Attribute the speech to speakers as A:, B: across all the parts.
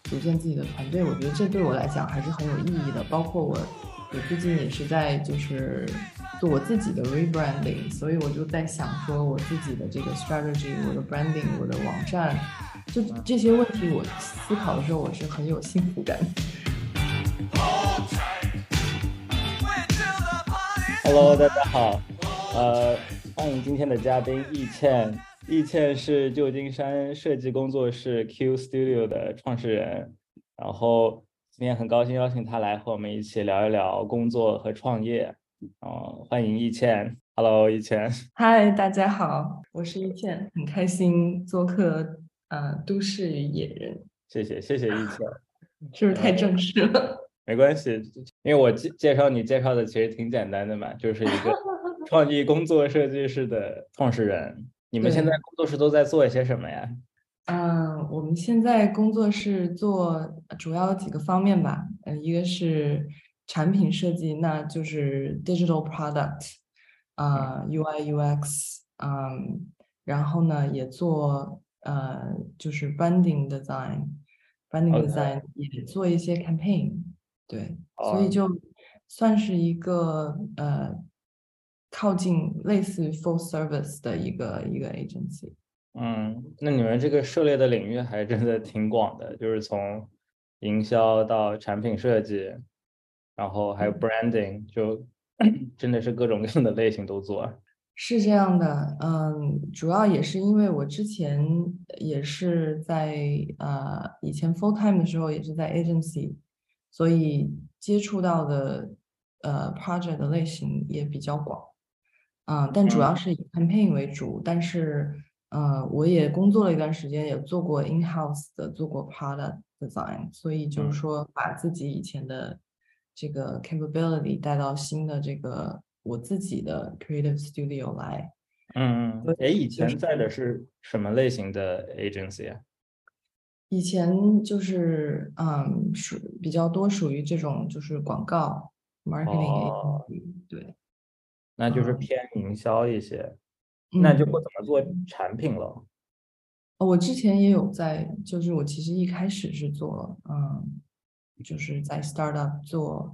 A: 组建自己的团队，我觉得这对我来讲还是很有意义的。包括我最近也是在就是做我自己的 rebranding，所以我就在想说我自己的这个 strategy，我的 branding，我的网站，就这些问题我思考的时候，我是很有幸福感。
B: Hello，大家好，欢迎今天的嘉宾易倩。易倩是旧金山设计工作室 Q Studio 的创始人，然后今天很高兴邀请她来和我们一起聊一聊工作和创业。欢迎易倩。Hello，易倩。
A: 嗨，大家好，我是一倩，很开心做客都市与野人，
B: 谢谢易倩。
A: 是不是太正式了？
B: 没关系，因为我介绍你介绍的其实挺简单的嘛，就是一个创意工作设计师的创始人。你们现在
A: 对，
B: 工作室都在做一些什么呀？
A: 我们现在工作室做主要有几个方面吧，一个是产品设计，那就是 digital product，UI UX，然后呢也做就是 branding
B: OK，
A: design 也做一些 campaign，对，所以
B: 哦，
A: 就算是一个靠近类似于 full service 的一个 agency。
B: 那你们这个涉猎的领域还真的挺广的，就是从营销到产品设计，然后还有 branding，就真的是各种各样的类型都做。
A: 是这样的，主要也是因为我之前也是在以前 full time 的时候也是在 agency，所以接触到的project 的类型也比较广，但主要
B: 嗯
A: 是以 campaign 为主，但是我也工作了一段时间，也做过 in house 的，做过 product design，所以就是
B: 嗯
A: 说把自己以前的这个 capability 带到新的这个我自己的 creative studio 来。
B: 哎，以
A: 就是
B: 前在的是什么类型的 agency 啊？
A: 以前就是比较多属于这种就是广告 marketing
B: 哦，
A: agency，对，
B: 那就是
A: 嗯
B: 偏营销一些，那就不
A: 嗯。
B: 怎么做产品了。
A: 我之前也有在，就是我其实一开始是做，就是在 startup 做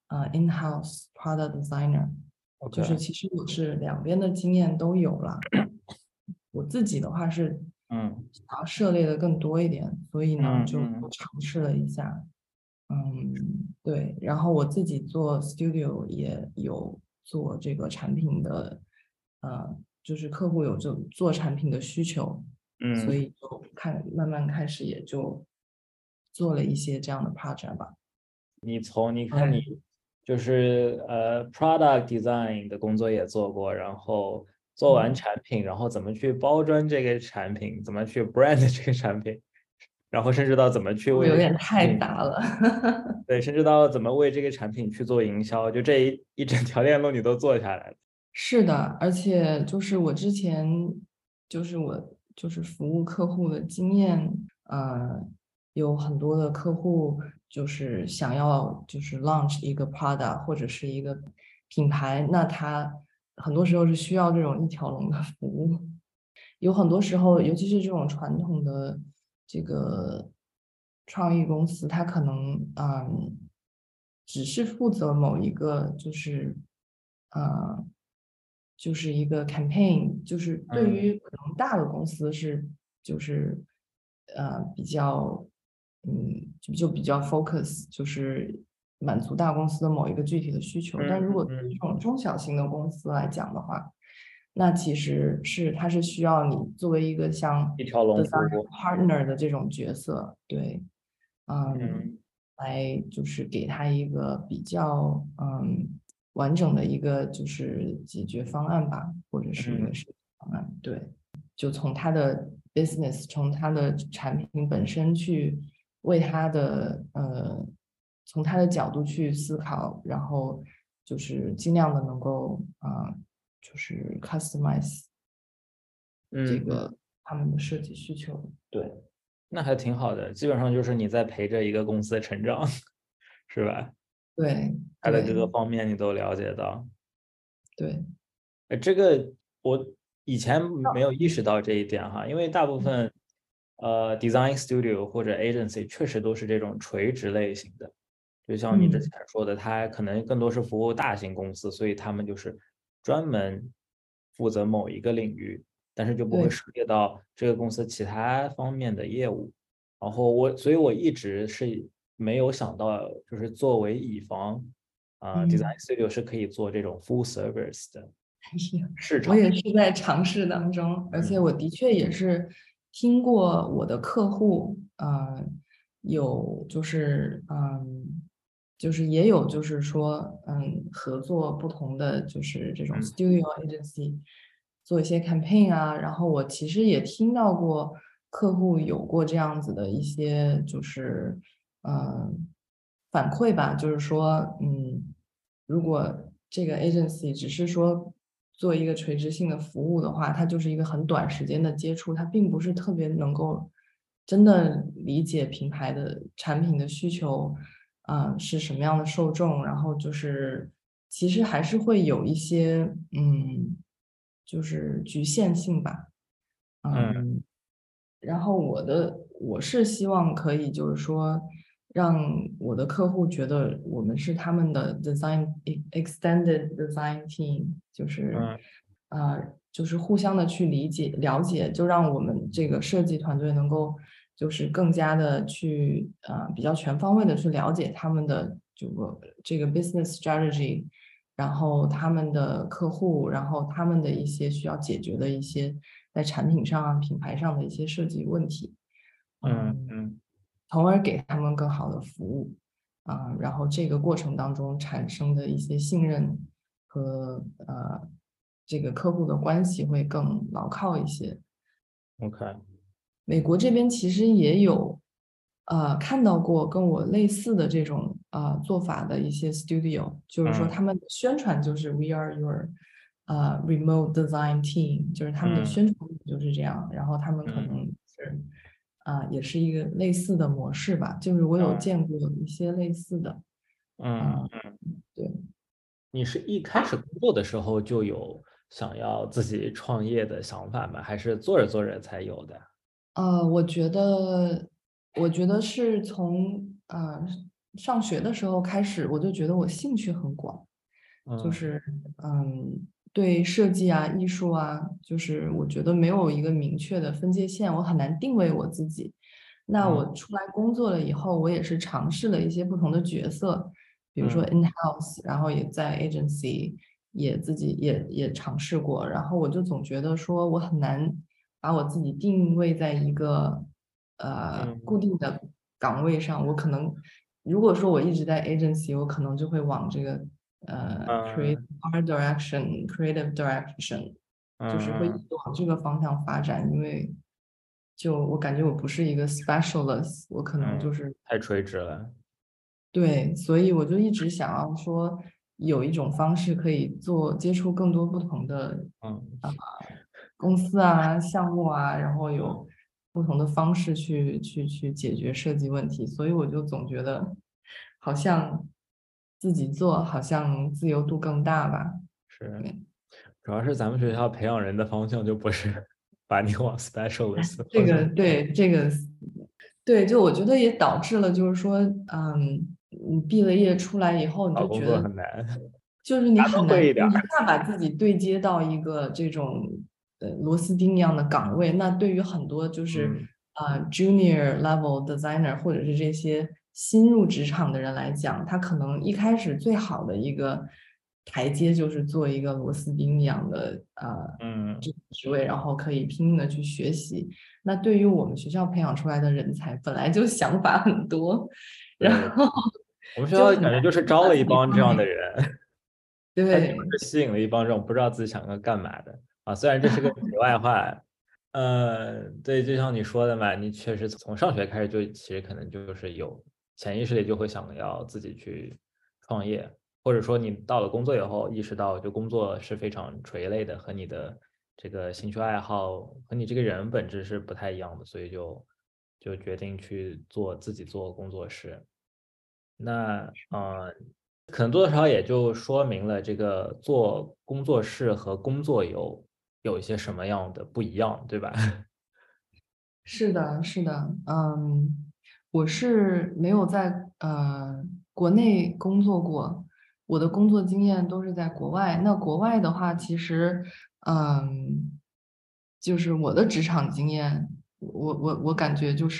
A: in-house product designer，就是
B: OK，
A: 其实我是两边的经验都有了。我自己的话是
B: 嗯
A: 想要涉猎的更多一点，所以呢就
B: 嗯嗯
A: 尝试了一下，对，然后我自己做 studio 也有做这个产品的，就是客户有这做产品的需求，所
B: 嗯。
A: 以就慢慢开始也就做了一些这样的 project 吧。
B: 你看你就是product design 的工作也做过，然后做完
A: 嗯，
B: 产品，然后怎么去包装这个产品，怎么去 brand 这个产品，然后甚至到怎么去
A: 会不会
B: 为这个产
A: 有点太
B: 品，
A: 杂了？
B: 对，甚至到怎么为这个产品去做营销，就这一整条链路你都做下来了。
A: 是的，而且就是我之前就是服务客户的经验，有很多的客户就是想要就是 launch 一个 product 或者是一个品牌，那他很多时候是需要这种一条龙的服务。有很多时候，尤其是这种传统的这个创意公司，它可能只是负责某一个，呃就是一个 campaign，就是对
B: 嗯
A: 于可能大的公司是就是比较就比较 focus，就是满足大公司的某一个具体的需求。但
B: 嗯
A: 如果对于
B: 嗯嗯，
A: 这种中小型的公司来讲的话，那其实它是需要你作为一个像
B: 一条龙服
A: design
B: 务。
A: partner 的这种角色，对，嗯，
B: 嗯
A: 来就是给他一个比较完整的一个就是解决方案吧，或者是一个
B: 嗯
A: 设计方案，对，就从他的 business，从他的产品本身去为他的从他的角度去思考，然后就是尽量的能够就是 customize 这
B: 嗯嗯，
A: 个他们的设计需求。
B: 对，那还挺好的，基本上就是你在陪着一个公司成长，是吧？
A: 对
B: 它的各
A: 对
B: 个方面你都了解到。
A: 对，
B: 这个我以前没有意识到这一点哈，因为大部分 design studio 或者 agency 确实都是这种垂直类型的，就像你之前说的，它可能更多是服务大型公司，所以他们就是专门负责某一个领域，但是就不会
A: 对，
B: 涉猎到这个公司其他方面的业务。然后所以我一直是没有想到，就是作为乙方design
A: 嗯。
B: studio 是可以做这种 full service 的市
A: 我
B: 场。
A: 也是在尝试当中，而且
B: 嗯
A: 我的确也是听过我的客户，有就是就是也有就是说合作不同的就是这种
B: 嗯
A: studio agency 做一些 campaign 啊，然后我其实也听到过客户有过这样子的一些就是反馈吧，就是说如果这个 agency 只是说做一个垂直性的服务的话，它就是一个很短时间的接触，它并不是特别能够真的理解品牌的产品的需求，是什么样的受众，然后就是其实还是会有一些就是局限性吧，
B: 嗯
A: 嗯，然后我是希望可以就是说，让我的客户觉得我们是他们的 extended design team，就是
B: 嗯
A: 就是互相的去理解了解，就让我们这个设计团队能够就是更加的去比较全方位的去了解他们的这个 business strategy，然后他们的客户，然后他们的一些需要解决的一些在产品上啊、品牌上的一些设计问题，嗯，
B: 嗯嗯
A: 从而给他们更好的服务，然后这个过程当中产生的一些信任和这个客户的关系会更牢靠一些。
B: ，OK，
A: 美国这边其实也有，看到过跟我类似的这种做法的一些 studio，就是说
B: 嗯
A: 他们的宣传就是 We are your remote design team，就是他们的
B: 嗯
A: 宣传就是这样，然后他们可
B: 嗯
A: 能是也是一个类似的模式吧，就是我有
B: 嗯
A: 见过一些类似的，
B: 嗯。
A: 啊、对。
B: 你是一开始工作的时候就有想要自己创业的想法吗？还是做着做着才有的？
A: 我觉得，我觉得是从上学的时候开始，我就觉得我兴趣很广，就
B: 嗯
A: 是对设计啊、艺术啊，就是我觉得没有一个明确的分界线，我很难定位我自己。那
B: 嗯
A: 我出来工作了以后，我也是尝试了一些不同的角色，比如说
B: 嗯
A: in house，然后也在 agency，也自己也尝试过，然后我就总觉得说我很难把我自己定位在一个固
B: 嗯
A: 定的岗位上，我可能如果说我一直在 agency，我可能就会往这个creative
B: 嗯
A: art direction、creative direction，就是会一
B: 嗯，
A: 直往这个方向发展，因为就我感觉我不是一个 specialist，我可能就
B: 嗯，
A: 是
B: 太垂直了。
A: 对，所以我就一直想要说，有一种方式可以接触更多不同的
B: 嗯
A: 啊、公司啊、项目啊，然后
B: 嗯，
A: 有不同的方式去解决设计问题，所以我就总觉得好像自己做好像自由度更大吧。
B: 是，
A: 对，
B: 主要是咱们学校培养人的方向就不是把你往 specialist 的
A: 这
B: 方向。
A: 个对这个对，就我觉得也导致了，就是说，你毕了业出来以后，你
B: 找工作
A: 就觉得，
B: 很难，
A: 就是你
B: 啥都
A: 很难
B: 会一点儿。
A: 一下把自己对接到一个这种螺丝钉一样的岗位。那对于很多就是
B: 嗯
A: junior level designer 或者是这些新入职场的人来讲，他可能一开始最好的一个台阶就是做一个螺丝钉一样的
B: 嗯，
A: 这个职位，然后可以拼命的去学习。那对于我们学校培养出来的人才，本来就想法很多，然
B: 对，
A: 后
B: 我们学
A: 就很难
B: 校感觉就是招了一
A: 把自己
B: 帮这样的
A: 放在
B: 人。他就
A: 对
B: 是吸引了一帮这种不知道自己想要干嘛的啊。虽然这是个题外话，对，就像你说的嘛，你确实从上学开始就其实可能就是有潜意识里就会想要自己去创业，或者说你到了工作以后意识到，就工作是非常垂类的，和你的这个兴趣爱好和你这个人本质是不太一样的，所以就决定去自己做工作室。那可能多多少少也就说明了这个做工作室和工作有一些什么样的不一样，对吧？
A: 是的，是的，我是没有在国内工作过，我的工作经验都是在国外。那国外的话，其实嗯，就是我的职场经验，我感觉就是，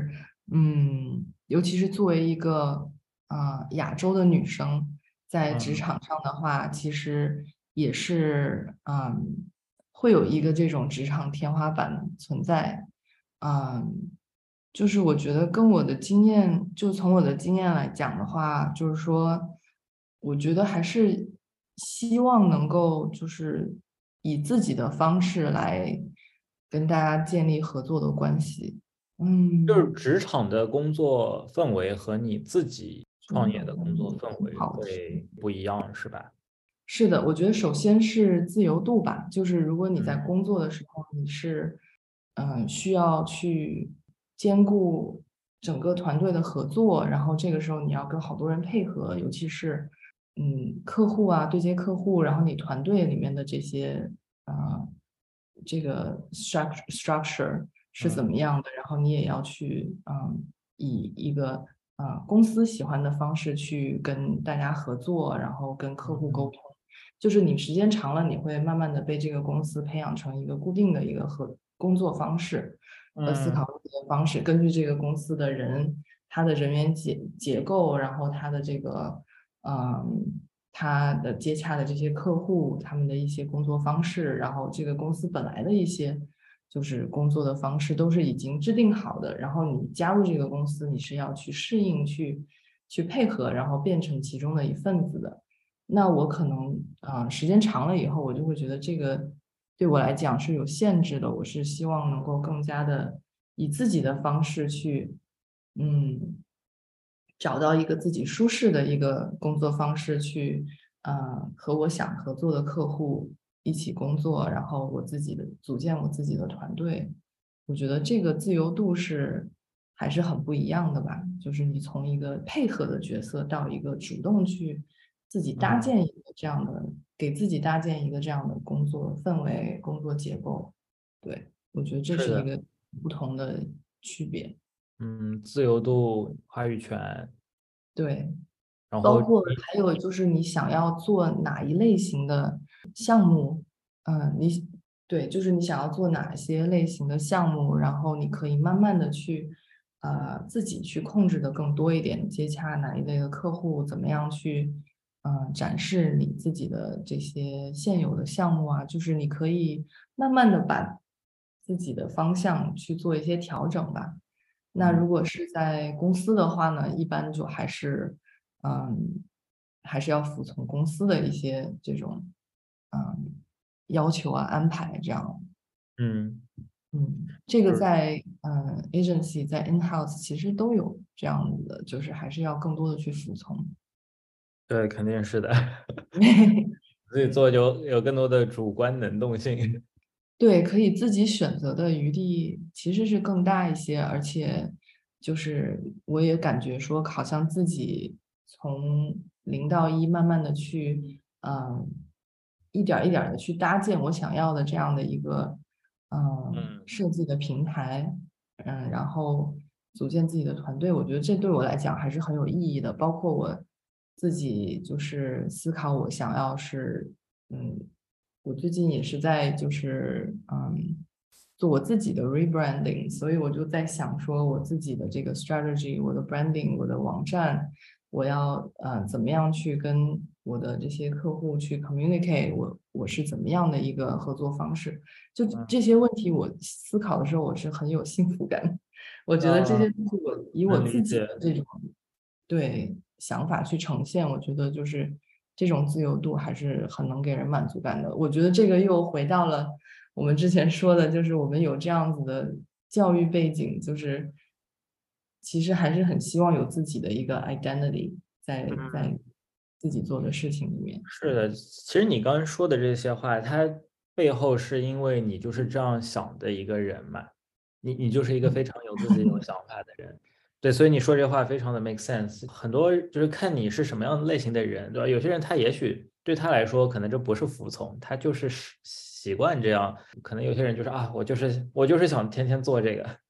A: 尤其是作为一个亚洲的女生，在职
B: 嗯
A: 场上的话，其实也是会有一个这种职场天花板存在。嗯，就是我觉得跟我的经验，就从我的经验来讲的话，就是说，我觉得还是希望能够就是以自己的方式来跟大家建立合作的关系。
B: 就是
A: 嗯，
B: 职场的工作氛围和你自己创业的工作氛
A: 很
B: 围
A: 好提。
B: 会不一样，是吧？
A: 是的，我觉得首先是自由度吧，就是如果你在
B: 嗯
A: 工作的时候，你是需要去兼顾整个团队的合作，然后这个时候你要跟好多人配合，尤其是客户啊，对接客户，然后你团队里面的这些这个 structure 是怎
B: 嗯
A: 么样的，然后你也要去以一个公司喜欢的方式去跟大家合作，然后跟客户沟
B: 嗯
A: 通。就是你时间长了，你会慢慢的被这个公司培养成一个固定的一个工作方式和思考
B: 嗯
A: 问题的方式，根据这个公司的人，他的人员结构，然后他的这个他的接洽的这些客户，他们的一些工作方式，然后这个公司本来的一些就是工作的方式都是已经制定好的，然后你加入这个公司，你是要去适应、去配合，然后变成其中的一份子的。那我可能时间长了以后，我就会觉得这个对我来讲是有限制的。我是希望能够更加的以自己的方式去，嗯，找到一个自己舒适的一个工作方式去，和我想合作的客户一起工作，然后组建我自己的团队。我觉得这个自由度还是很不一样的吧，就是你从一个配合的角色到一个主动去自己搭
B: 嗯，
A: 建一个这样的，给自己搭建一个这样的工作氛围、工作结构。对，我觉得这
B: 是的，
A: 是一个不同的区别。
B: 嗯，自由度、话语权，
A: 对，
B: 然后
A: 包括还有就是你想要做哪一类型的项目，你对，就是你想要做哪些类型的项目，然后你可以慢慢的去，自己去控制的更多一点，接洽哪一类的客户，怎么样去，展示你自己的这些现有的项目啊，就是你可以慢慢的把自己的方向去做一些调整吧。那
B: 嗯，
A: 如果是在公司的话呢，一般就嗯，还是要服从公司的一些这种要求啊、安排这样。
B: 嗯，
A: 这个
B: 是，
A: 在agency 在 in house 其实都有这样子的，就是还是要更多的去服从。
B: 对，肯定是的，自己做就有更多的主观能动性。
A: 对，可以自己选择的余地其实是更大一些，而且就是我也感觉说，好像自己从0到1慢慢的去，一点儿一点的去搭建我想要的这样的一个，
B: 嗯
A: 设计的平台，然后组建自己的团队，我觉得这对我来讲还是很有意义的，包括我自己就是思考我想要是，嗯。我最近也是在就是做我自己的 rebranding，所以我就在想说我自己的这个 strategy，我的 branding，我的网站，我要怎么样去跟我的这些客户去 communicate，我是怎么样的一个合作方式？就
B: 嗯
A: 这些问题，我思考的时候我是很有幸福感。我觉得这
B: 嗯，
A: 些东西我以我
B: 能理
A: 自己
B: 解。
A: 的这种对想法去呈现，我觉得就是这种自由度还是很能给人满足感的。我觉得这个又回到了我们之前说的，就是我们有这样子的教育背景，就是其实还是很希望有自己的一个 identity 在自己做的事情里面。
B: 是的，其实你刚刚说的这些话，它背后是因为你就是这样想的一个人嘛，你就是一个非常有自己有想法的人，对，所以你说这话非常的 make sense。很多就是看你是什么样类型的人，对吧？有些人他也许对他来说，可能这不是服从，他就是习惯这样。可能有些人就是啊，我就是想天天做这个，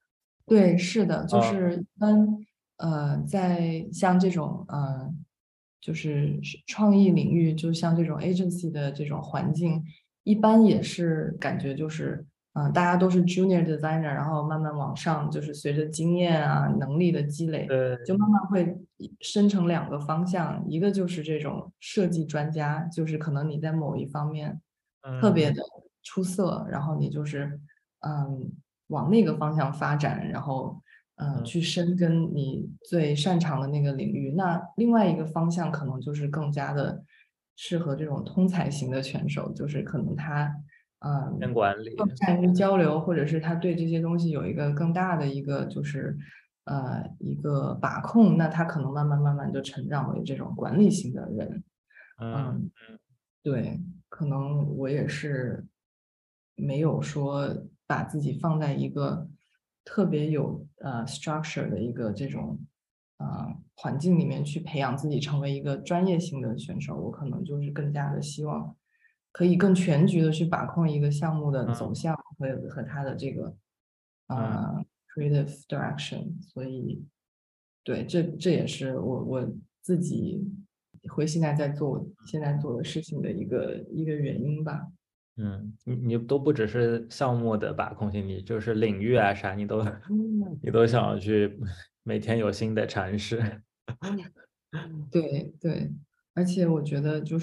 A: 对，是的，就
B: 啊，
A: 是一般在像这种就是创意领域，就像这种 agency 的这种环境，一般也是感觉就是大家都是 junior designer，然后慢慢往上，就是随着经验啊能力的积累，就
B: 对，
A: 慢慢会生成两个方向，一个就是这种设计专家，就是可能你在某一方面特别
B: 嗯
A: 的出色，然后你就是嗯往那个方向发展，然后
B: 嗯
A: 去深耕你最擅长的那个领域。那另外一个方向可能就是更加的适合这种通才型的选手，就是可能他
B: 偏管理，
A: 更善于交流，或者是他对这些东西有一个更大的一个就是一个把控，那他可能慢慢就成长为这种管理型的人。
B: 嗯
A: 嗯，对，可能我也是没有说把自己放在一个特别有structure 的一个这种环境里面去培养自己成为一个专业性的选手，我可能就是更加的希望可以更全局的去把控一个项目的走
B: 嗯
A: 向和它的这个
B: 嗯
A: creative direction，所以对，这也是我自己会现在做的事情的一个原因吧。
B: 你都不只是项目的把控性，你就是领域啊啥，你都想要去每天有新的尝试。
A: 对对，而且我觉得就是，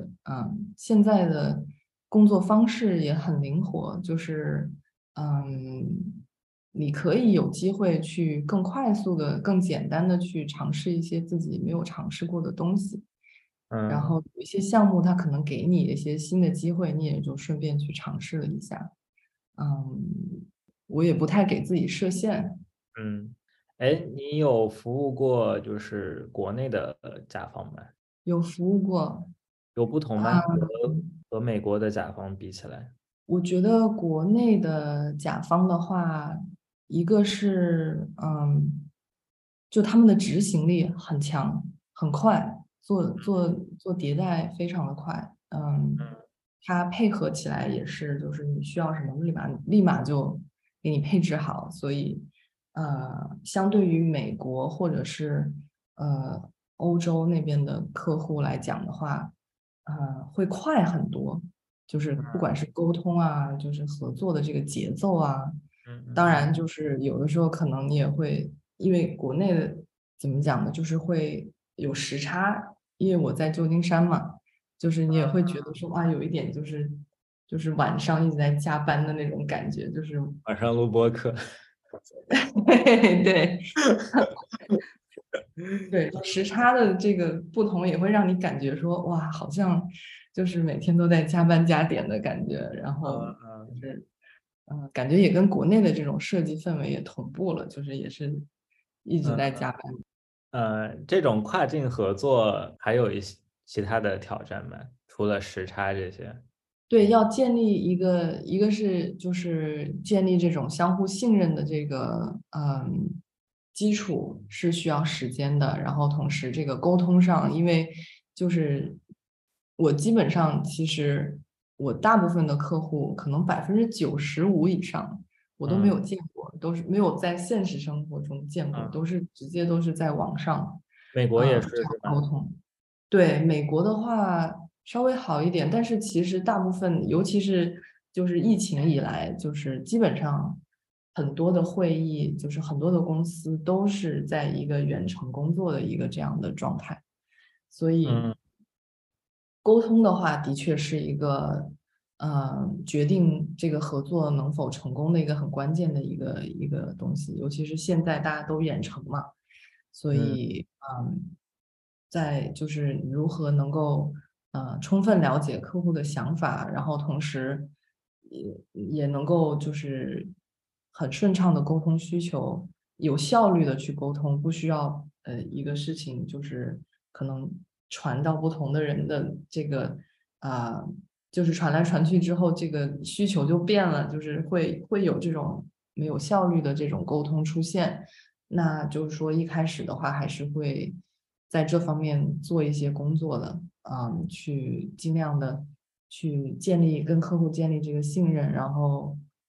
A: 现在的工作方式也很灵活，就是，你可以有机会去更快速的、更简单的去尝试一些自己没有尝试过的东西，然
B: 嗯
A: 后有一些项目它可能给你一些新的机会，你也就顺便去尝试了一下。我也不太给自己设限，
B: 嗯，哎，你有服务过就是国内的甲方吗？
A: 有服务过。
B: 有不同吗？和美国的甲方比起来？
A: 我觉得国内的甲方的话，一个是就他们的执行力很强，很快，做迭代非常的快，它配合起来也是，就是你需要什么立马就给你配置好，所以相对于美国或者是欧洲那边的客户来讲的话，会快很多。就是不管是沟通啊，就是合作的这个节奏啊，当
B: 嗯
A: 然就是有的时候可能你也会因为国内的怎么讲呢，就是会有时差，因为我在旧金山嘛，就是你也会觉得说有一点就是晚上一直在加班的那种感觉，就是
B: 晚上录播课。
A: 对对对，时差的这个不同也会让你感觉说哇，好像就是每天都在加班加点的感觉，然后就
B: 嗯
A: 是感觉也跟国内的这种设计氛围也同步了，就是也是一直在
B: 嗯
A: 加班。
B: 这种跨境合作还有一些其他的挑战吗？除了时差这些？
A: 对，要建立一个是就是建立这种相互信任的这个基础是需要时间的，然后同时这个沟通上，因为就是我基本上其实我大部分的客户可能95%以上我都没有
B: 嗯
A: 见过，都是没有在现实生活中见过，
B: 嗯，
A: 都是直接都是在网上
B: 美国也是
A: 这样
B: 是吧？
A: 沟通。对，美国的话稍微好一点，但是其实大部分，尤其是就是疫情以来，就是基本上很多的会议，就是很多的公司都是在一个远程工作的一个这样的状态，所以
B: 嗯
A: 沟通的话，的确是一个决定这个合作能否成功的一个很关键的一个东西，尤其是现在大家都远程嘛。所
B: 嗯
A: 以，在就是如何能够充分了解客户的想法，然后同时也能够就是很顺畅的沟通需求，有效率的去沟通，不需要一个事情就是可能传到不同的人的这个啊、就是传来传去之后，这个需求就变了，就是会有这种没有效率的这种沟通出现。那就是说一开始的话，还是会在这方面做一些工作的，去尽量的去跟客户建立这个信任，然后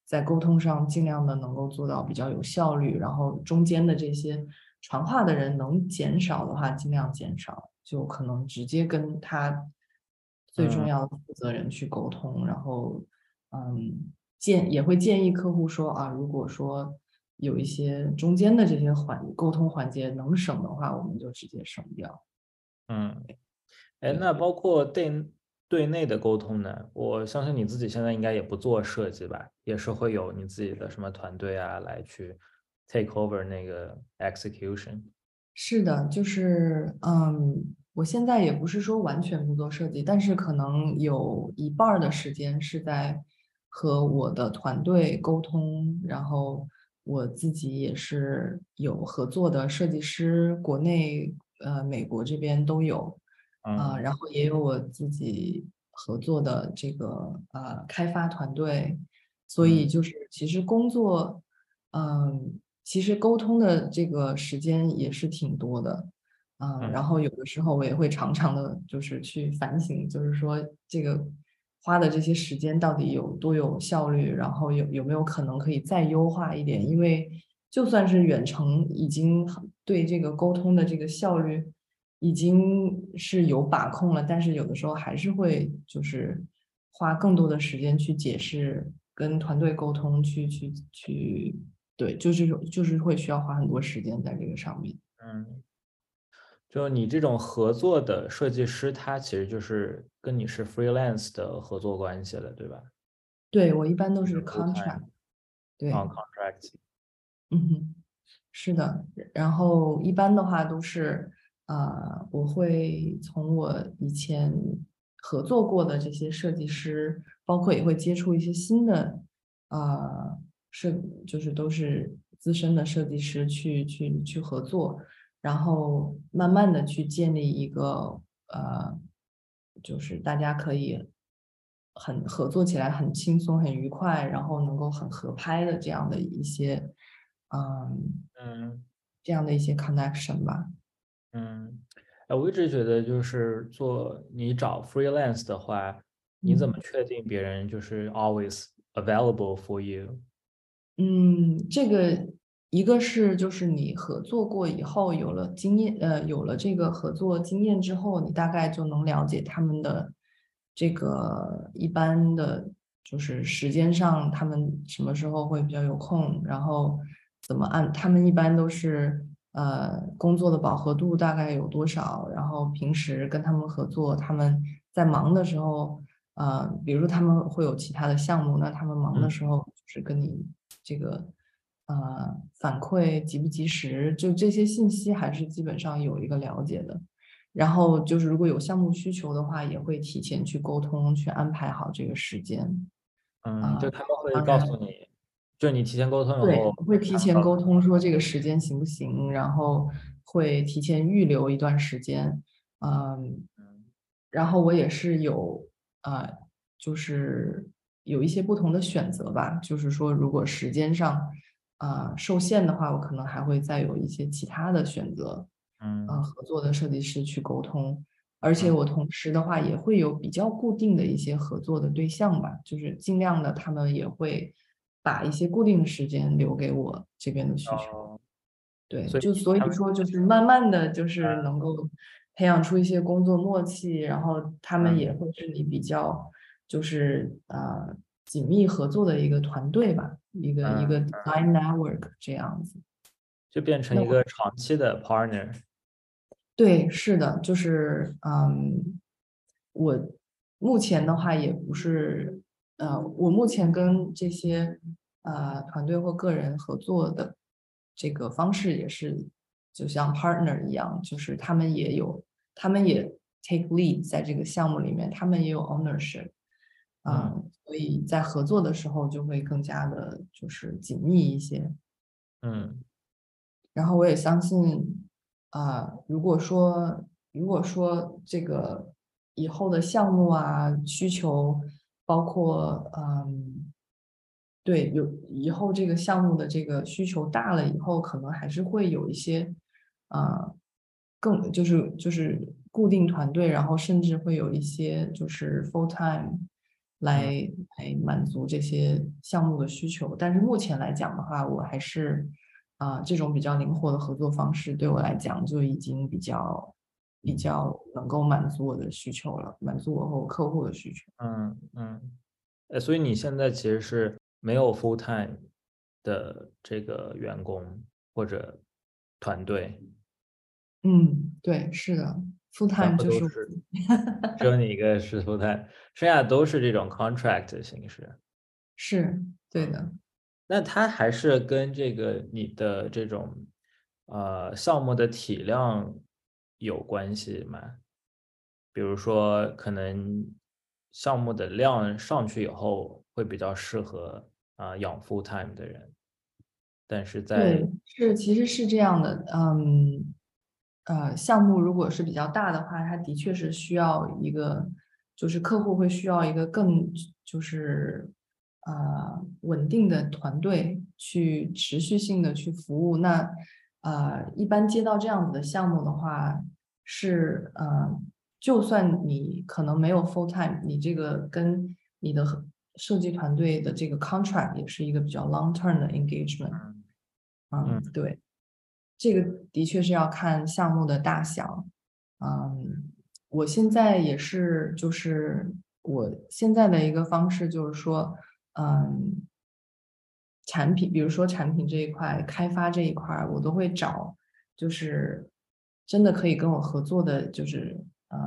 A: 在沟通上尽量的能够做到比较有效率，然后中间的这些传话的人能减少的话，尽量减少，就可能直接跟他最重
B: 嗯
A: 要的负责人去沟通，然后也会建议客户说啊，如果说有一些中间的这些沟通环节能省的话，我们就直接省掉。
B: 嗯。哎，
A: 对。
B: 那包括对内的沟通呢？我相信你自己现在应该也不做设计吧，也是会有你自己的什么团队啊来去 take over 那个 execution。
A: 是的，就是我现在也不是说完全不做设计，但是可能有一半儿的时间是在和我的团队沟通，然后我自己也是有合作的设计师，国内美国这边都有
B: 嗯
A: 然后也有我自己合作的这个开发团队，所
B: 嗯
A: 以就是其实工作。其实沟通的这个时间也是挺多的，然
B: 嗯
A: 后有的时候我也会常常的，就是去反省，就是说这个花的这些时间到底有多有效率，然后有没有可能可以再优化一点？因为就算是远程已经对这个沟通的这个效率已经是有把控了，但是有的时候还是会就是花更多的时间去解释，跟团队沟通，去，对，就是会需要花很多时间在这个上面。
B: 嗯，就你这种合作的设计师，他其实就是跟你是 freelance 的合作关系了，对吧？
A: 对，我一般都是
B: full time
A: contract，对，
B: contract。
A: 嗯哼。是的，然后一般的话都是，我会从我以前合作过的这些设计师，包括也会接触一些新的，呃，设就是都是资深的设计师去合作，然后慢慢的去建立一个，就是大家可以很合作起来很轻松、很愉快，然后能够很合拍的这样的一些。
B: 嗯
A: 这样的一些 connection 吧。
B: 嗯。我一直觉得就是你找 freelance 的话，你怎么
A: 嗯
B: 确定别人就是 always available for you？
A: 这个一个是就是你合作过以后有了经验，有了这个合作经验之后，你大概就能了解他们的这个一般的就是时间上他们什么时候会比较有空，然后怎么按，他们一般都是工作的饱和度大概有多少，然后平时跟他们合作，他们在忙的时候。比如说他们会有其他的项目，那他们忙的
B: 嗯
A: 时候就是跟你这个反馈及不及时，就这些信息还是基本上有一个了解的。然后就是如果有项目需求的话，也会提前去沟通，去安排好这个时间。
B: 嗯，就他们会
A: 当然，
B: 告诉你，就你提前沟通以
A: 对，
B: 后，
A: 会提
B: 他们告诉
A: 前沟通说这个时间行不行，然后会提前预留一段时间。嗯，
B: 你。
A: 然后我也是有就是有一些不同的选择吧，就是说如果时间上受限的话，我可能还会再有一些其他的选择，
B: 嗯
A: 合作的设计师去沟通。而且
B: 嗯
A: 我同时的话也会有比较固定的一些合作的对象吧，就是尽量的他们也会把一些固定的时间留给我这边的需求。
B: 哦，
A: 对，
B: 所以
A: 就所以
B: 他们
A: 说就是慢慢的就是能够培养出一些工作默契，然后他们
B: 嗯
A: 也会是你比较就是紧密合作的一个团队吧，一个
B: 嗯，
A: design network 这样子。
B: 就变成
A: 那我
B: 一个长期的 partner。
A: 对，是的，就是我目前的话也不是，我目前跟这些团队或个人合作的这个方式也是，就像 partner 一样，就是他们也 take lead 在这个项目里面，他们也有 ownership，
B: 嗯
A: 所以在合作的时候就会更加的就是紧密一些。
B: 嗯
A: 然后我也相信，如果说这个以后的项目需求，包括对，以后这个项目的这个需求大了以后，可能还是会有一些啊、就是固定团队，然后甚至会有一些就是 full time 来来满足这些项目的需求。但是目前来讲的话，我还是这种比较灵活的合作方式对我来讲就已经比较能够满足我的需求了，满足我和我客户的需求。
B: 所以你现在其实是没有 full time 的这个员工或者团队，
A: 嗯，对，是的，full
B: 全
A: time 就是我。
B: 部都是只有你一个是 full time，剩下都是这种 contract 的形式。
A: 是对的。
B: 那它还是跟这个你的这种项目的体量有关系吗？比如说，可能项目的量上去以后，会比较适合养 full time 的人，但是在
A: 对，其实是这样的，项目如果是比较大的话，它的确是需要一个，就是客户会需要一个更就是稳定的团队去持续性的去服务。那一般接到这样子的项目的话，是就算你可能没有 full time，你这个跟你的设计团队的这个 contract 也是一个比较 long term 的 engagement。对，这个的确是要看项目的大小。我现在也是，就是我现在的一个方式就是说，嗯，产品，比如说产品这一块、开发这一块儿，我都会找，就是真的可以跟我合作的，就是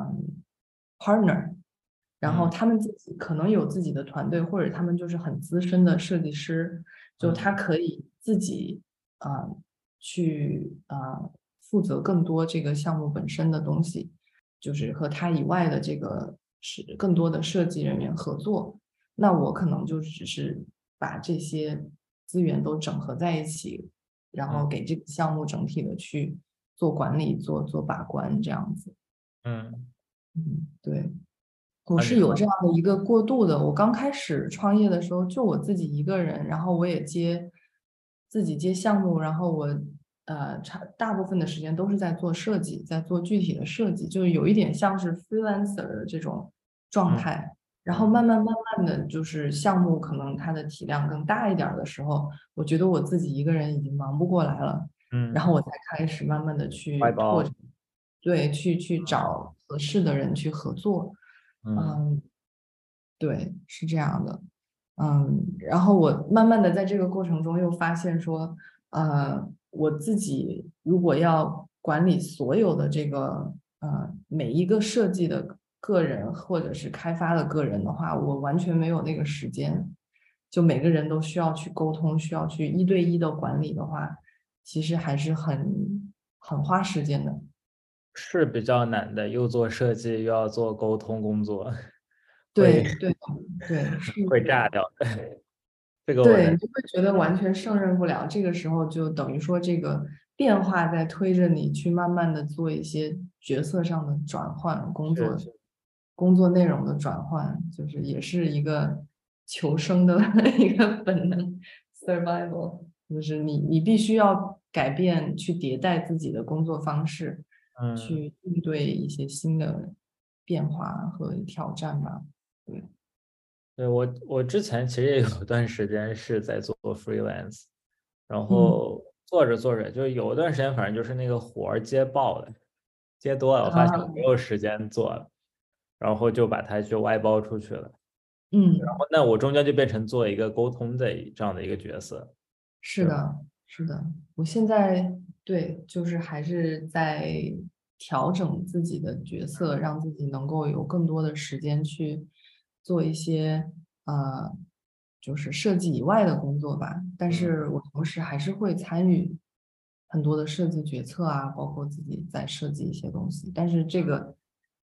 A: partner。然后
B: 嗯
A: 他们自己可能有自己的团队，或者他们就是很资深的设计师，就他
B: 嗯
A: 可以自己去负责更多这个项目本身的东西，就是和他以外的这个是更多的设计人员合作。那我可能就只是把这些资源都整合在一起，然
B: 嗯
A: 后给这个项目整体的去做管理、做把关这样子。
B: 嗯，
A: 对。我
B: 你
A: 是有这样的一个过渡的。我刚开始创业的时候，就我自己一个人，然后我也自己接项目，然后我大部分的时间都是在做设计，在做具体的设计，就有一点像是 freelancer 的这种状
B: 嗯
A: 态。然后
B: 嗯
A: 慢慢的就是项目可能它的体量更大一点儿的时候，我觉得我自己一个人已经忙不过来了，然后
B: 嗯，
A: 我才开始慢慢的去拓展，
B: 外包，
A: 对，去找合适的人去合作。
B: 嗯
A: 嗯，对，是这样的。然后我慢慢的在这个过程中又发现说，我自己如果要管理所有的这个每一个设计的个人或者是开发的个人的话，我完全没有那个时间。就每个人都需要去沟通，需要去一对一的管理的话，其实还是很花时间的。
B: 是比较难的，又做设计又要做沟通工作，会
A: 对对对，是。
B: 会炸掉的。这个我
A: 对，
B: 能，
A: 你就会觉得完全胜任不了，这个时候就等于说这个变化在推着你去慢慢的做一些角色上的转换，
B: 是
A: 工作内容的转换，就是也是一个求生的一个本能 survival，就是你必须要改变，去迭代自己的工作方式，
B: 嗯。
A: 去应对一些新的变化和挑战吧。对。
B: 对，我之前其实也有一段时间是在做 freelance，然
A: 嗯。
B: 后做着做着，就有一段时间，反正就是那个活儿接爆了，接多了，我发现我没
A: 啊。
B: 有时间做了，然后就把它去外包出去了。然
A: 嗯。
B: 后那我中间就变成做一个沟通的这样的一个角色。对，
A: 是的，是的，我现在对，就是还是在调整自己的角色，让自己能够有更多的时间去做一些呃，就是设计以外的工作吧。但
B: 嗯
A: 是我同时还是会参与很多的设计决策啊，包括自己在设计一些东西。但是这个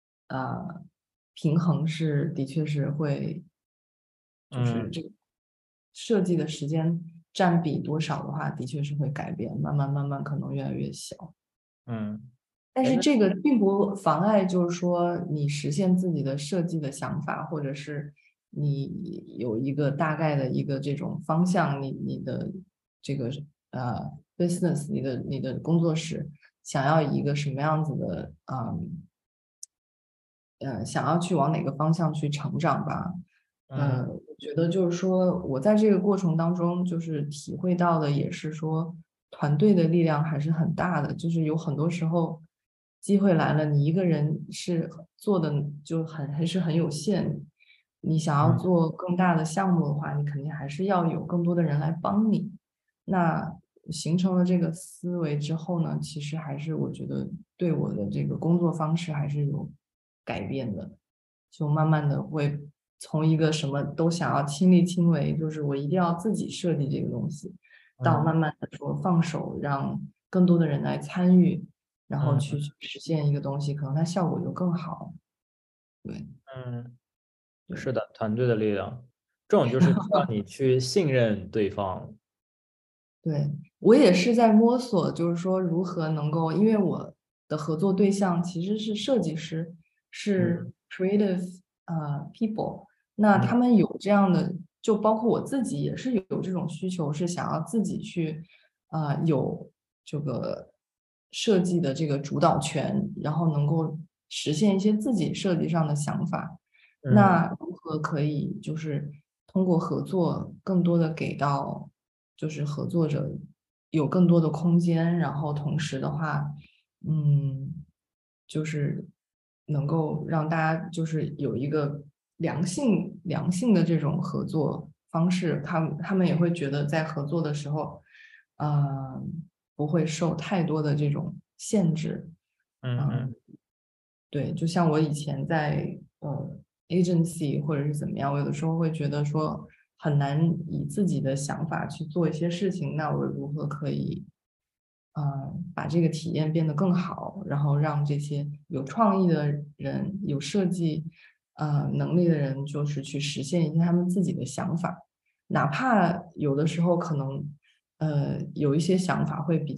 A: 平衡是的确是会，就是
B: 嗯
A: 这个设计的时间占比多少的话，的确是会改变，慢慢可能越来越小。
B: 嗯，哎，
A: 但是
B: 那
A: 这个并不妨碍，就是说你实现自己的设计的想法，或者是你有一个大概的一个这种方向，你的这个business，你的工作室想要一个什么样子的想要去往哪个方向去成长吧。
B: 嗯
A: 我觉得就是说我在这个过程当中，就是体会到的也是说，团队的力量还是很大的。就是有很多时候，机会来了，你一个人是做的就还是很有限。你想要
B: 嗯
A: 做更大的项目的话，你肯定还是要有更多的人来帮你。那形成了这个思维之后呢，其实还是我觉得对我的这个工作方式还是有改变的。就慢慢的会从一个什么都想要亲力亲为，就是我一定要自己设计这个东西，到慢
B: 嗯
A: 慢的说放手，让更多的人来参与，然后去
B: 嗯
A: 实现一个东西，可能它效果就更好。对
B: 嗯，是
A: 对。
B: 的，团队的力量，这种就是需要你去信任对方。
A: 对，我也是在摸索，就是说如何能够，因为我的合作对象其实是设计师，
B: 嗯
A: 是 creative people，那他
B: 嗯
A: 们有这样的，就包括我自己也是有这种需求，是想要自己去有这个设计的这个主导权，然后能够实现一些自己设计上的想法。
B: 嗯
A: 那如何可以就是通过合作，更多的给到就是合作者有更多的空间，然后同时的话，就是能够让大家就是有一个良性的这种合作方式，他们也会觉得在合作的时候，呃，不会受太多的这种限制。嗯，
B: 嗯嗯
A: 对，就像我以前在agency 或者是怎么样，我有的时候会觉得说很难以自己的想法去做一些事情，那我如何可以把这个体验变得更好，然后让这些有创意的人、有设计能力的人，就是去实现一些他们自己的想法，哪怕有的时候可能有一些想法会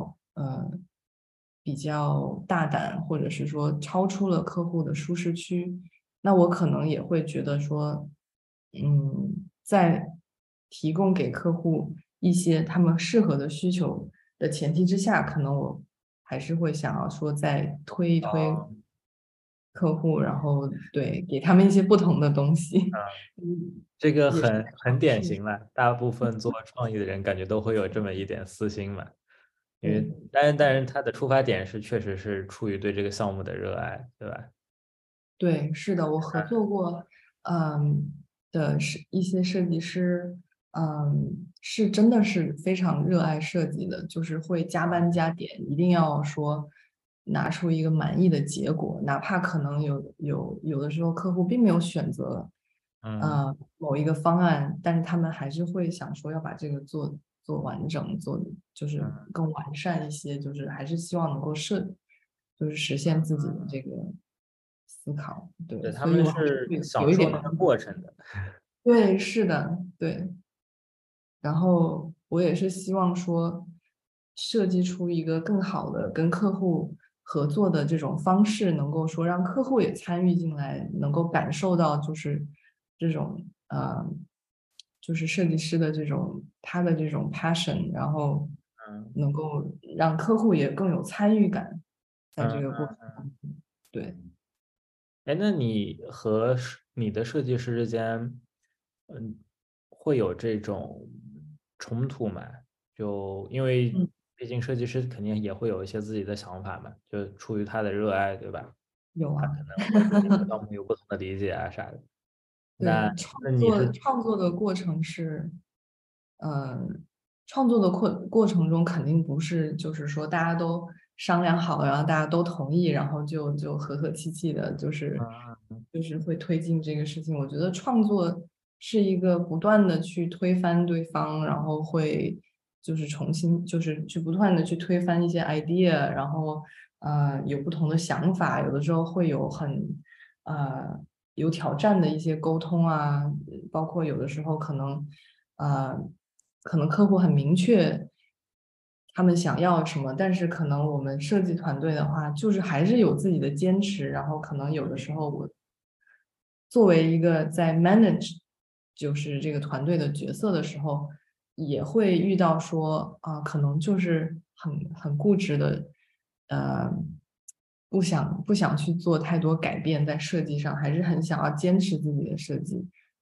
A: 比较大胆，或者是说超出了客户的舒适区，那我可能也会觉得说，在提供给客户一些他们适合的需求的前提之下，可能我还是会想要说再推一推
B: 啊
A: 客户，然后对给他们一些不同的东西，
B: 啊，
A: 嗯，
B: 这个
A: 也是
B: 很
A: 尝试，
B: 典型了，大部分做创意的人感觉都会有这么一点私心嘛。因为
A: 对。
B: 但是他的出发点是确实是出于对这个项目的热爱，对吧？
A: 对，是的，我合作过，嗯的是一些设计师，是真的是非常热爱设计的，就是会加班加点，一定要说拿出一个满意的结果，哪怕可能有的时候客户并没有选择，
B: 嗯
A: 某一个方案，但是他们还是会想说要把这个做完整，就是
B: 嗯
A: 更完善一些，就是还是希望能够就是实现自己的这个思考，对，
B: 对，他
A: 所以我还是
B: 们是
A: 会有一
B: 享受那个
A: 点困难。
B: 过程的。
A: 对，是的，对。然后我也是希望说，设计出一个更好的跟客户合作的这种方式，能够说让客户也参与进来，能够感受到就是这种就是设计师的这种他的这种 passion，然后
B: 嗯
A: 能够让客户也更有参与感，在这
B: 嗯
A: 个过程
B: 嗯。
A: 当中，对。
B: 哎，那你和你的设计师之间，嗯，会有这种冲突吗？就因为
A: 嗯，
B: 毕竟设计师肯定也会有一些自己的想法嘛，就出于他的热爱，对吧？
A: 有啊。
B: 他可能会对这个项目有不同的理解啊啥的。那
A: 对，创
B: 那你是
A: 作创作的过程是，嗯，创作的过程中肯定不是就是说大家都商量好，然后大家都同意，然后就和和气气的，就是
B: 嗯
A: 就是会推进这个事情。我觉得创作是一个不断的去推翻对方，然后会就是重新就是去不断的去推翻一些 idea，然后有不同的想法，有的时候会有呃有挑战的一些沟通啊，包括有的时候呃可能客户很明确他们想要什么，但是可能我们设计团队的话，就是还是有自己的坚持，然后可能有的时候我作为一个在 manage 就是这个团队的角色的时候，也会遇到说可能就是很固执的，呃，不想去做太多改变在设计上，还是很想要坚持自己的设计。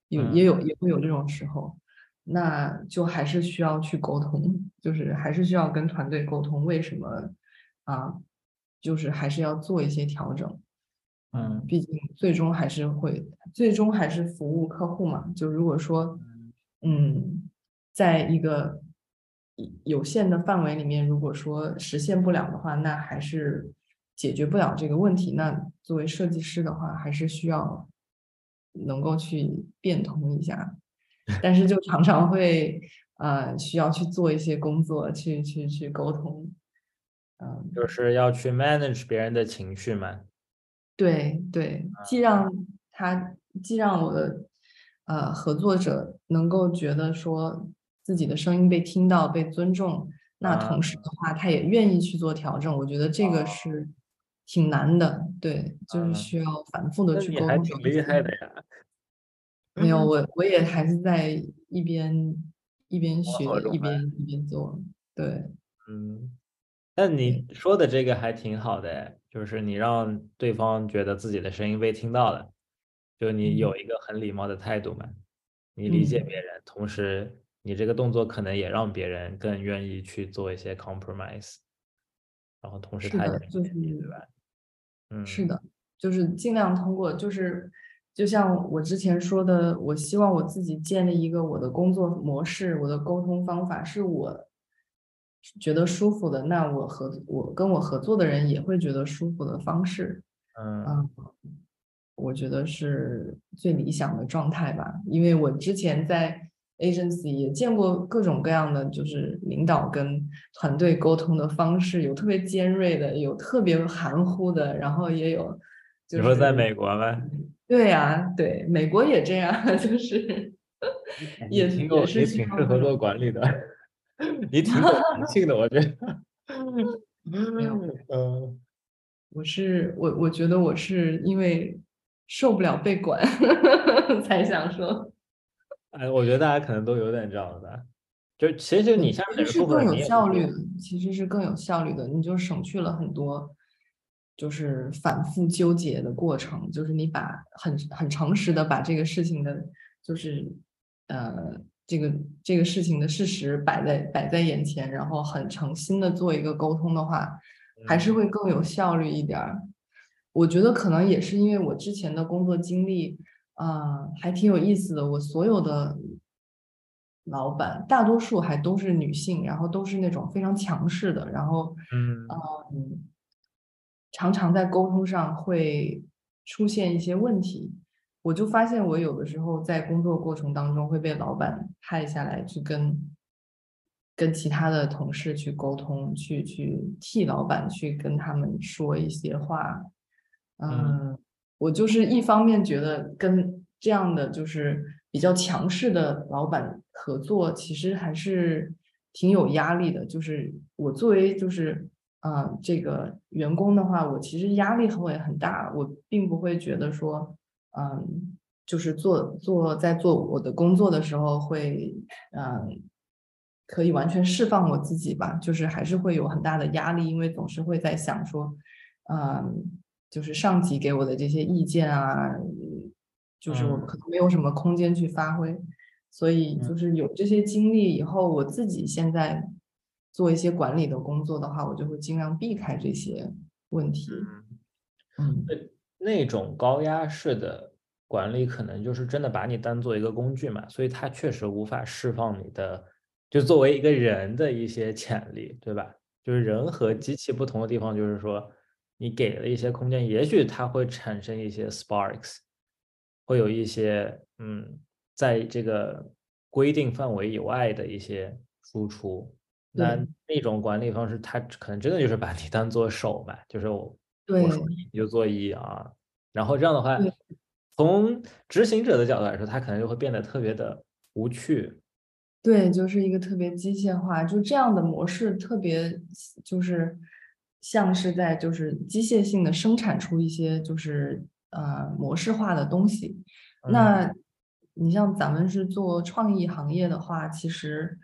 A: 也会有这种时候，那就还是需要去沟通，就是还是需要跟团队沟通，为什么啊，就是还是要做一些调整。毕竟最终还是服务客户嘛。就如果说，在一个有限的范围里面，如果说实现不了的话，那还是解决不了这个问题。那作为设计师的话，还是需要能够去变通一下，但是就常常会需要去做一些工作，去沟通。
B: 就是要去 manage 别人的情绪嘛。
A: 对对，他既让我的合作者能够觉得说自己的声音被听到、被尊重，那同时的话，他也愿意去做调整。我觉得这个是挺难的，对，就是需要反复的
B: 那你
A: 去沟通。
B: 还挺厉害的呀。
A: 没有，我也还是在一边
B: 摸
A: 学
B: 索中呗。
A: 一边做，对
B: 嗯，那
A: 对，
B: 你说的这个还挺好的哎，就是你让对方觉得自己的声音被听到了，就你
A: 嗯
B: 有一个很礼貌的态度嘛，你理解
A: 嗯，
B: 别人，同时你这个动作可能也让别人更愿意去做一些 compromise，然后同时他也
A: 是的，就是。
B: 理解你，对吧？嗯
A: 是的，就是尽量通过，就是就像我之前说的，我希望我自己建立一个我的工作模式，我的沟通方法是我觉得舒服的，那我跟我合作的人也会觉得舒服的方式，
B: 嗯
A: 嗯，我觉得是最理想的状态吧。因为我之前在 agency 也见过各种各样的，就是领导跟团队沟通的方式，有特别尖锐的，有特别含糊的，然后也有
B: 你
A: 就是
B: 说在美国吗？
A: 对呀，对，美国也这样，就是
B: 哎
A: 也是
B: 你
A: 需
B: 挺适合做
A: 要各种
B: 管理的，你挺有灵性的，我觉得。
A: 没有，
B: 嗯，
A: 我觉得我是因为受不了被管才想说。
B: 哎，我觉得大家可能都有点这样的，就其实你
A: 对，
B: 下面
A: 其
B: 的人舒服了，
A: 实是更有
B: 你也会舒服。
A: 效率的，其实是更有效率的，你就省去了很多就是反复纠结的过程，就是你把很诚实的把这个事情的，就是呃这个事情的事实摆在眼前，然后很诚心的做一个沟通的话，还是
B: 嗯
A: 会更有效率一点儿。我觉得可能也是因为我之前的工作经历，还挺有意思的。我所有的老板大多数还都是女性，然后都是那种非常强势的，然后
B: 嗯
A: 嗯，常常在沟通上会出现一些问题。我就发现我有的时候在工作过程当中会被老板派下来去跟其他的同事去沟通，去替老板去跟他们说一些话。
B: 嗯
A: 我就是一方面觉得跟这样的就是比较强势的老板合作，其实还是挺有压力的。就是我作为就是这个员工的话，我其实压力会很大，我并不会觉得说就是在做我的工作的时候会可以完全释放我自己吧，就是还是会有很大的压力，因为总是会在想说，就是上级给我的这些意见啊，就是我
B: 嗯
A: 可能没有什么空间去发挥，所以
B: 嗯
A: 就是有这些经历以后，我自己现在做一些管理的工作的话，我就会尽量避开这些问题。
B: 嗯，
A: 嗯，
B: 那种高压式的管理，可能就是真的把你当做一个工具嘛，所以它确实无法释放你的，就作为一个人的一些潜力，对吧？就是人和机器不同的地方，就是说你给了一些空间，也许它会产生一些 sparks，会有一些在这个规定范围以外的一些输出。
A: 对
B: 那种管理方式，它可能真的就是把你当做手吧，就是我说
A: 对
B: 一你就做一啊，然后这样的话，
A: 对。
B: 从执行者的角度来说，他可能就会变得特别的无趣。
A: 对，就是一个特别机械化，就这样的模式特别就是像是在就是机械性的生产出一些就是模式化的东西。
B: 嗯
A: 那你像咱们是做创意行业的话，其实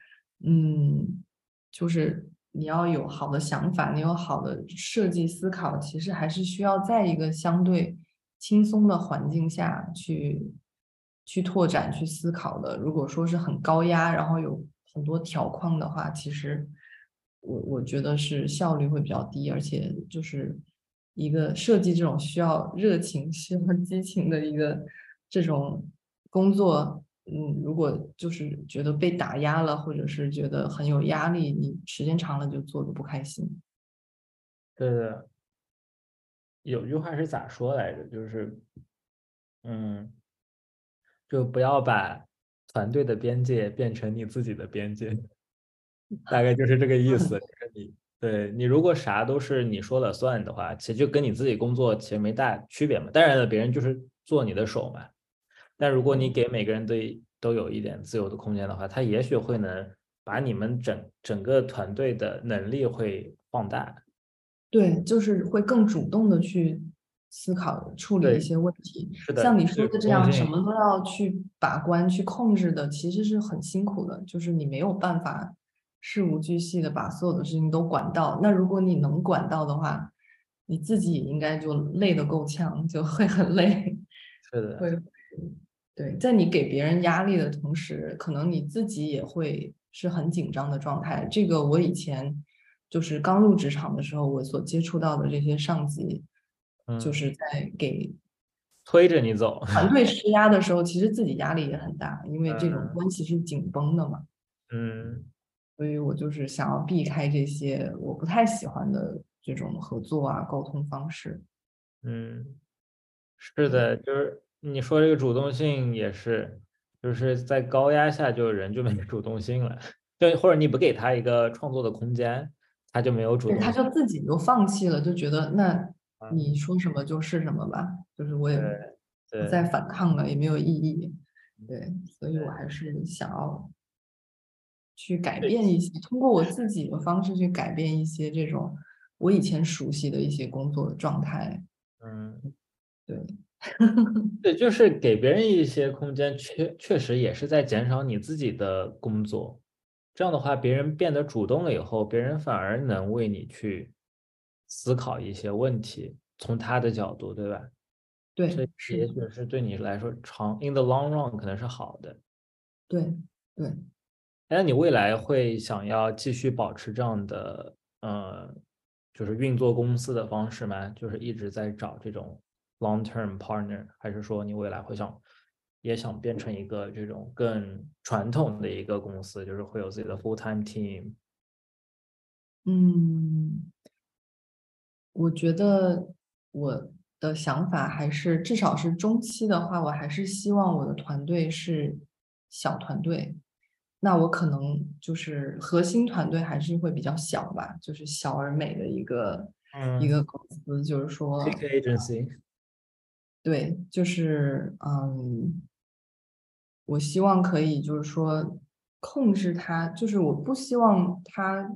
A: 就是你要有好的想法，你有好的设计思考，其实还是需要在一个相对轻松的环境下去。 去拓展、去思考的。如果说是很高压，然后有很多条框的话，其实我觉得是效率会比较低，而且就是一个设计这种需要热情、需要激情的一个这种工作，如果就是觉得被打压了，或者是觉得很有压力，你时间长了就做的不开心。
B: 对的，有句话是咋说来着？就是嗯，就不要把团队的边界变成你自己的边界，大概就是这个意思。就是你如果啥都是你说了算的话，其实就跟你自己工作其实没大区别嘛。当然了，别人就是做你的手嘛。但如果你给每个人都有一点自由的空间的话，他也许会能把你们整个团队的能力会放大。
A: 对，就是会更主动的去思考、处理一
B: 对，
A: 些问题。
B: 是的，
A: 像你
B: 就是
A: 说的这样，什
B: 主动性。
A: 么都要去把关、去控制的，其实是很辛苦的。就是你没有办法事无巨细的把所有的事情都管到。那如果你能管到的话，你自己也应该就累得够呛，就会很累。
B: 是的。
A: 会，对，在你给别人压力的同时，可能你自己也会是很紧张的状态。这个我以前就是刚入职场的时候，我所接触到的这些上级，就
B: 嗯，
A: 是在给
B: 推着你走。
A: 团队施压的时候，其实自己压力也很大，因为这种
B: 嗯
A: 关系是紧绷的嘛。
B: 嗯
A: 所以我就是想要避开这些我不太喜欢的这种合作啊、沟通方式。
B: 嗯，是
A: 对。
B: 的，就是你说这个主动性也是，就是在高压下，就人就没主动性了。对，或者你不给他一个创作的空间，他就没有主
A: 对，他
B: 动性。
A: 就自己就放弃了，就觉得那
B: 嗯，
A: 你说什么就是什么吧，就是我也
B: 对对
A: 不再反抗了，也没有意义。对，所以我
B: 对
A: 还是想要去改
B: 对，
A: 变一些，通过我自己的方式去改变一些这种我以前熟悉的一些工作的状态。
B: 嗯。
A: 对，
B: 对，就是给别人一些空间，确实也是在减少你自己的工作。这样的话，别人变得主动了以后，别人反而能为你去思考一些问题，从他的角度，对吧？
A: 对，
B: 这
A: 是的，
B: 也许是对你来说in the long run 可能是好的。
A: 对对。
B: 那你未来会想要继续保持这样的就是运作公司的方式吗？就是一直在找这种 long term partner，还是说你未来会也想变成一个这种更传统的一个公司，就是会有自己的 full time team？
A: 嗯，我觉得我的想法还是，至少是中期的话，我还是希望我的团队是小团队。那我可能就是核心团队还是会比较小吧，就是小而美的一个
B: 嗯
A: 公司。就是
B: ，big
A: 说，
B: agency。
A: 对，就是我希望可以就是说控制它，就是我不希望它，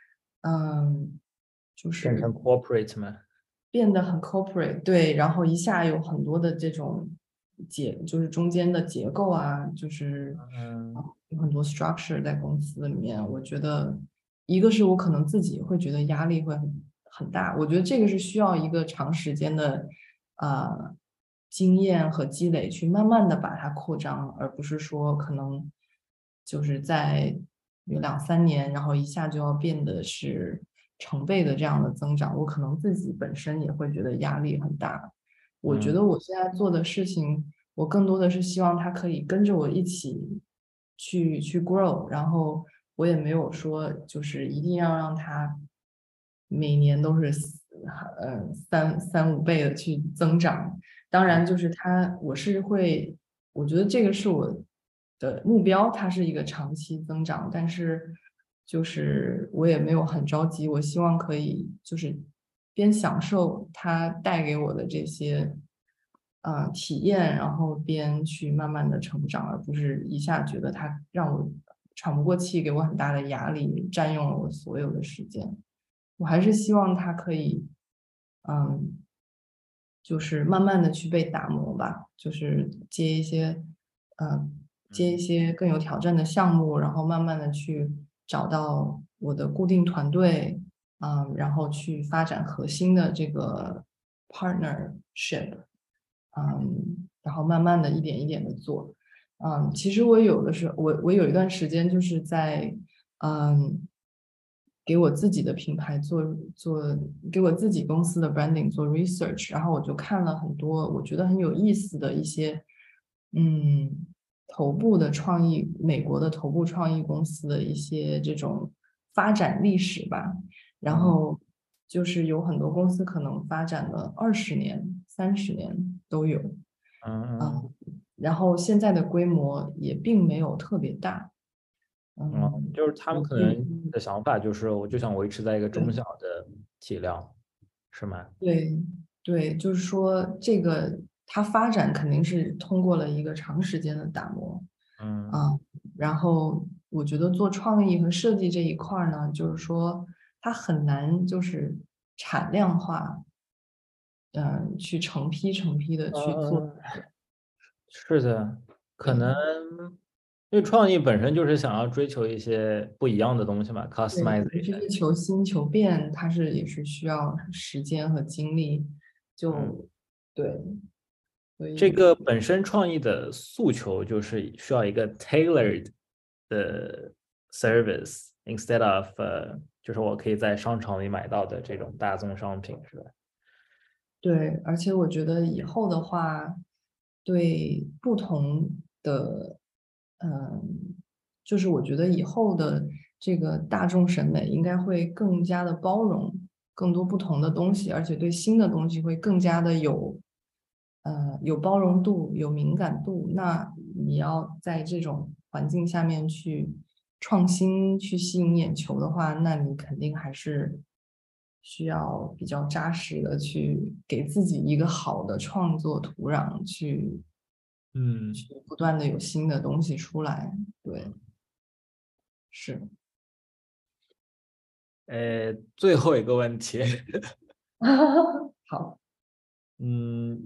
A: 就
B: 变成
A: 是
B: corporate 吗？
A: 变得很 corporate，对，然后一下有很多的这种就是中间的结构啊，就是
B: 嗯
A: 有很多 structure 在公司里面，我觉得一个是我可能自己会觉得压力会很大，我觉得这个是需要一个长时间的呃经验和积累去慢慢的把它扩张，而不是说可能就是在有2、3年，然后一下就要变得是成倍的这样的增长，我可能自己本身也会觉得压力很大。我觉
B: 嗯
A: 得我现在做的事情，我更多的是希望他可以跟着我一起去 grow，然后我也没有说就是一定要让他每年都是3、5倍的去增长。当然，就是他，我是会，我觉得这个是我的目标，它是一个长期增长，但是就是我也没有很着急，我希望可以就是边享受它带给我的这些体验，然后边去慢慢的成长，而不是一下觉得它让我喘不过气，给我很大的压力，占用了我所有的时间。我还是希望它可以，嗯，就是慢慢的去被打磨吧，就是接一
B: 嗯
A: 些更有挑战的项目，然后慢慢的去找到我的固定团队，然后去发展核心的这个 partnership，然后慢慢的一点一点的做。 其实我有的时候，我有一段时间就是在嗯，给我自己的品牌给我自己公司的 branding 做 research，然后我就看了很多我觉得很有意思的一些嗯美国的头部创意公司的一些这种发展历史吧，然
B: 嗯
A: 后就是有很多公司可能发展了20年、30年都有。啊，
B: 嗯
A: 然后现在的规模也并没有特别大，
B: 就是他们
A: 我
B: 可能的想法就是我就想维持在一个中
A: 对
B: 小的体量，是吗？
A: 对对，就是说这个它发展肯定是通过了一个长时间的打磨
B: 嗯
A: 啊，然后我觉得做创意和设计这一块儿呢，就是说它很难就是产量化，去成批的去做。
B: 呃，是的，可能
A: 对
B: 因为创意本身就是想要追求一些不一样的东西嘛
A: 对，尤其
B: ，customization。
A: 是求新求变，它也是需要时间和精力，
B: 嗯，
A: 就对，所
B: 这
A: 以
B: 个本身创意的诉求就是需要一个 tailored 的 service instead of 就是我可以在商场里买到的这种大宗商品，是吧？
A: 对，而且我觉得以后的话，对不同的，嗯，就是我觉得以后的这个大众审美应该会更加的包容更多不同的东西，而且对新的东西会更加的有包容度、有敏感度。那你要在这种环境下面去创新、去吸引眼球的话，那你肯定还是需要比较扎实的去给自己一个好的创作土壤，去
B: 嗯
A: 不断的有新的东西出来。对，是。
B: 最后一个问题，
A: 好，
B: 嗯，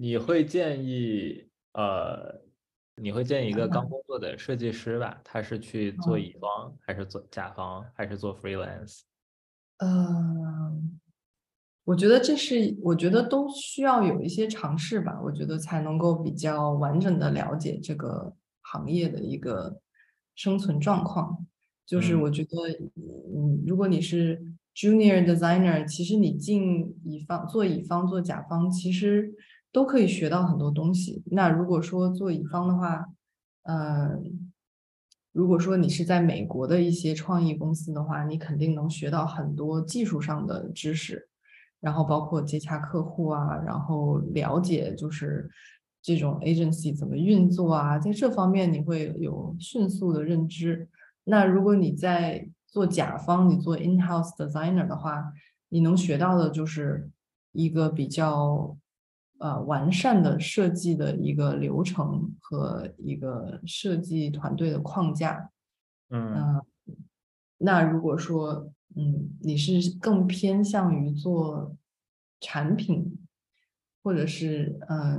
B: 你会建议一个刚工作的设计师吧，他是去做
A: 嗯，
B: 乙方，还是做甲方，还是做 freelance？
A: 嗯。我觉得都需要有一些尝试吧，我觉得才能够比较完整的了解这个行业的一个生存状况。就是
B: 嗯，
A: 我觉得，如果你是 junior designer，其实你进乙方做甲方，其实都可以学到很多东西。那如果说做乙方的话，嗯，如果说你是在美国的一些创意公司的话，你肯定能学到很多技术上的知识。然后包括接洽客户啊，然后了解就是这种 agency 怎么运作啊，在这方面你会有迅速的认知。那如果你在做甲方，你做 in-house designer 的话，你能学到的就是一个比较完善的设计的一个流程和一个设计团队的框架。
B: 嗯，
A: 嗯、那如果说，你是更偏向于做产品，或者是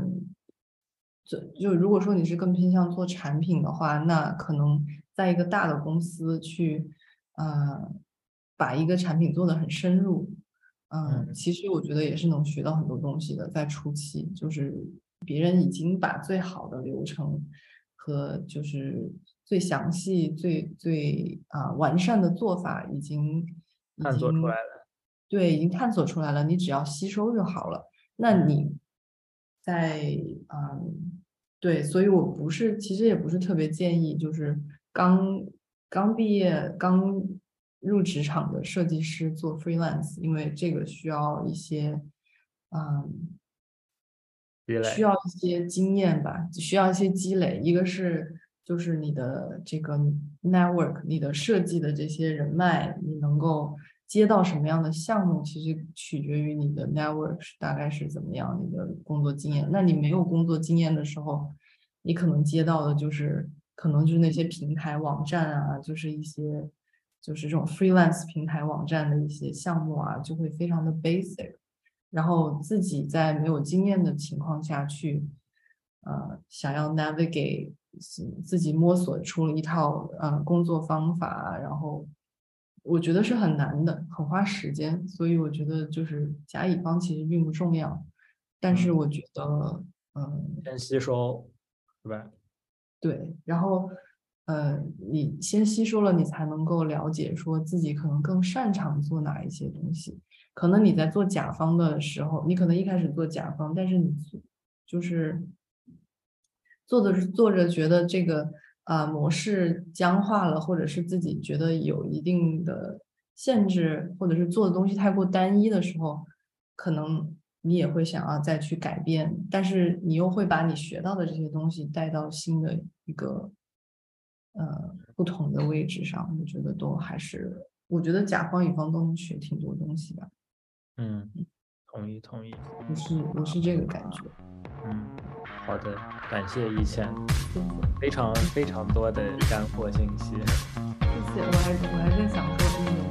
A: 就如果说你是更偏向做产品的话，那可能在一个大的公司去，呃，把一个产品做得很深入，
B: 嗯，
A: 其实我觉得也是能学到很多东西的，在初期，就是别人已经把最好的流程和就是最详细、最完善的做法已
B: 探索出来
A: 经
B: 了。
A: 对已经探索出来了，你只要吸收就好了。那
B: 嗯
A: 你在对，所以我其实也不是特别建议，就是刚刚毕业、刚入职场的设计师做 freelance，因为这个需要一些，嗯，
B: 积累。
A: 需要一些经验吧，需要一些积累。一个是就是你的这个 network，你的设计的这些人脉，你能够接到什么样的项目，其实取决于你的 network 大概是怎么样，你的工作经验。那你没有工作经验的时候，你可能接到的可能就是那些平台网站啊，就是一些就是这种 freelance 平台网站的一些项目啊，就会非常的 basic。然后自己在没有经验的情况下去，想要 navigate 自己摸索出了一套工作方法，然后我觉得是很难的，很花时间，所以我觉得就是甲乙方其实并不重要，但是
B: 嗯，
A: 我觉得，嗯，
B: 先吸收，是吧？
A: 对，然后你先吸收了，你才能够了解说自己可能更擅长做哪一些东西。可能你在做甲方的时候，你可能一开始做甲方，但是你就是做着觉得这个模式僵化了，或者是自己觉得有一定的限制，或者是做的东西太过单一的时候，可能你也会想要再去改变，但是你又会把你学到的这些东西带到新的一个不同的位置上。我觉得都还是，我觉得甲方乙方都能学挺多东西的。
C: 嗯，同意。
A: 我是这个感觉。
C: 好的，感谢一茜，
A: 谢谢。
C: 非常多的干货信息。
A: 谢谢，我还在想说，